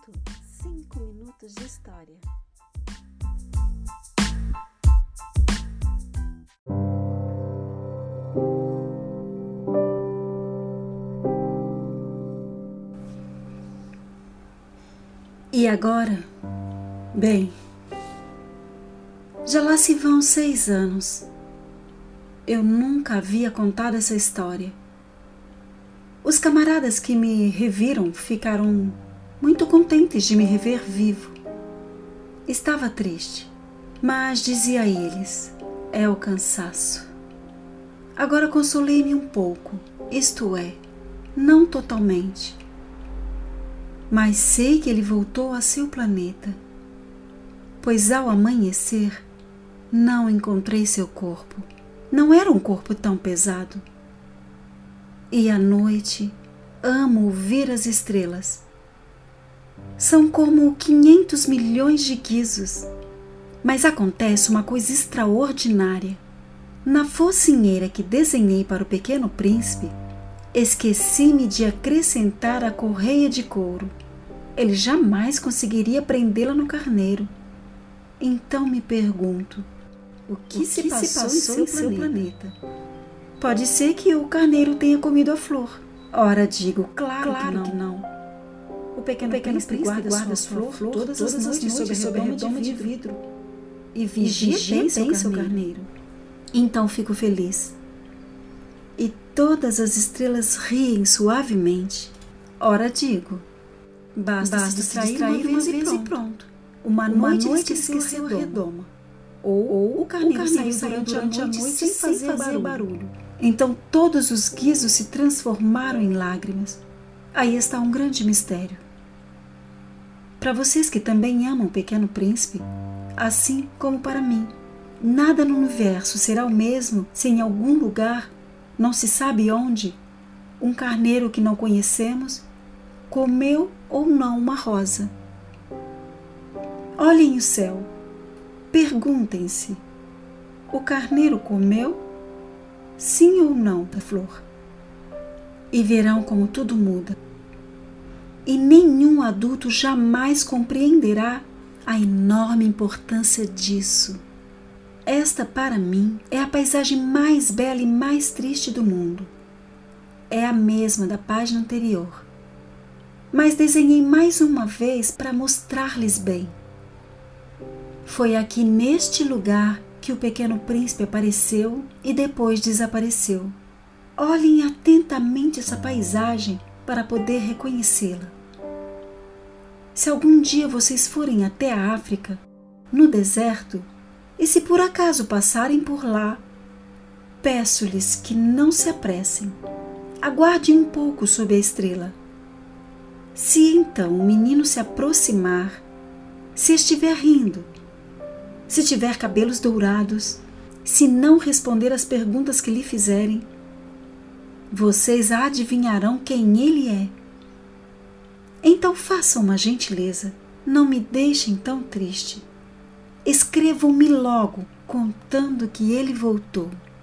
5 minutos de história. E agora? Bem, já lá se vão 6 anos. Eu nunca havia contado essa história. Os camaradas que me reviram ficaram muito contentes de me rever vivo. Estava triste, mas dizia a eles: é o cansaço. Agora consolei-me um pouco, isto é, não totalmente. Mas sei que ele voltou a seu planeta, pois ao amanhecer não encontrei seu corpo. Não era um corpo tão pesado. E à noite amo ver as estrelas. São como 500 milhões de guizos. Mas acontece uma coisa extraordinária. Na focinheira que desenhei para o Pequeno Príncipe, esqueci-me de acrescentar a correia de couro. Ele jamais conseguiria prendê-la no carneiro. Então me pergunto, o que se passou em seu planeta? Pode ser que o carneiro tenha comido a flor. Ora, digo, claro que não. O pequeno príncipe guarda sua flor todas as noites sob a redoma de vidro e vigia bem seu carneiro. Então fico feliz. E todas as estrelas riem suavemente. Ora, digo, basta se distrair uma vez e pronto. Uma noite esqueceu a redoma. Ou o carneiro saiu durante a noite sem fazer barulho. Então todos os guizos se transformaram em lágrimas. Aí está um grande mistério. Para vocês que também amam o Pequeno Príncipe, assim como para mim, nada no universo será o mesmo se em algum lugar, não se sabe onde, um carneiro que não conhecemos comeu ou não uma rosa. Olhem o céu. Perguntem-se: o carneiro comeu? Sim ou não da flor? E verão como tudo muda. E nenhum adulto jamais compreenderá a enorme importância disso. Esta, para mim, é a paisagem mais bela e mais triste do mundo. É a mesma da página anterior. Mas desenhei mais uma vez para mostrar-lhes bem. Foi aqui neste lugar que o Pequeno Príncipe apareceu e depois desapareceu. Olhem atentamente essa paisagem para poder reconhecê-la. Se algum dia vocês forem até a África, no deserto, e se por acaso passarem por lá, peço-lhes que não se apressem. Aguardem um pouco sob a estrela. Se então o menino se aproximar, se estiver rindo, se tiver cabelos dourados, se não responder às perguntas que lhe fizerem, vocês adivinharão quem ele é. Então façam uma gentileza, não me deixem tão triste. Escrevam-me logo contando que ele voltou.